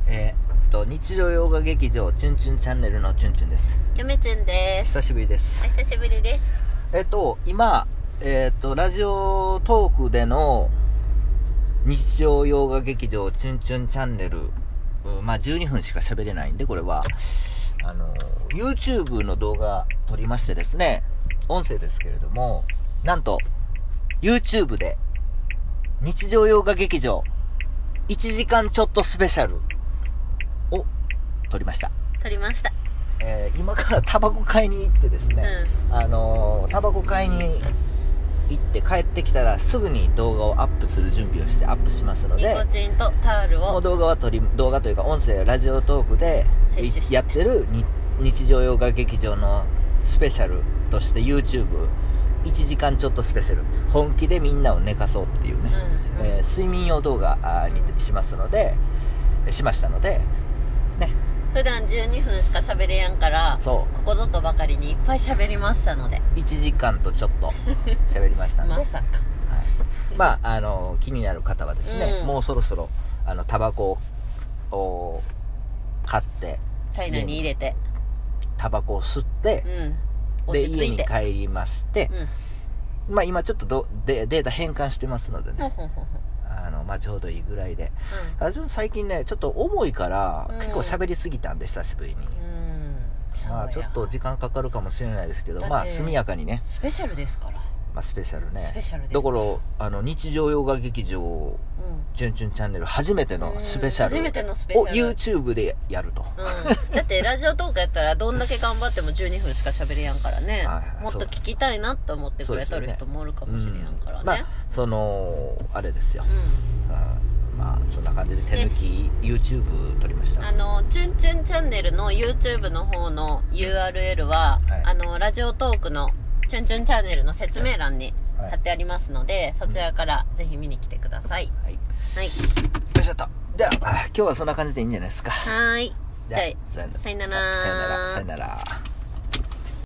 日常洋画劇場チュンチュンチャンネルのチュンチュンです。 嫁チュンです。 久しぶりです。 お久しぶりです。 今ラジオトークでの日常洋画劇場チュンチュンチャンネル、12分しか喋れないんで、これはYouTube の動画撮りましてですね、音声ですけれども、なんと YouTube で日常洋画劇場1時間ちょっとスペシャルを撮りました。今からタバコ買いに行ってですね、タバコ買いに行って帰ってきたらすぐに動画をアップする準備をしてアップしますので、 ニコチンとタオルをもう動画というか音声ラジオトークでやってる日常洋画劇場のスペシャルとして YouTube1 時間ちょっとスペシャル、本気でみんなを寝かそうっていうね、睡眠用動画にしましたのでね、 普段12分しか喋れやんから、ここぞとばかりにいっぱい喋りましたので 1時間とちょっと喋りましたのでまさか、 気になる方はですね、もうそろそろタバコを買って体内に入れてタバコを吸って、で家に帰りまして、今ちょっとデータ変換してますのでね、ちょうどいいぐらいで、ちょっと最近ねちょっと重いから結構喋りすぎたんで久しぶりに、ちょっと時間かかるかもしれないですけど、速やかにね、 スペシャルですから、 スペシャルね。 スペシャルですだから日常洋画劇場チュンチュンチャンネル初めてのスペシャルを YouTube でやると、 だってラジオトークやったらどんだけ頑張っても12分しか喋れやんからね、もっと聞きたいなって思ってくれとる人もおるかもしれやんからね、あれですよ、そんな感じで手抜き YouTube 撮りました。 チュンチュンチャンネルの YouTube の方の URL は、ラジオトークのチュンチュンチャンネルの説明欄に貼ってありますので、そちらからぜひ見に来てください。はい、 よいしょっと。では今日はそんな感じでいいんじゃないですか。 はい。 じゃあさよなら。 さよなら。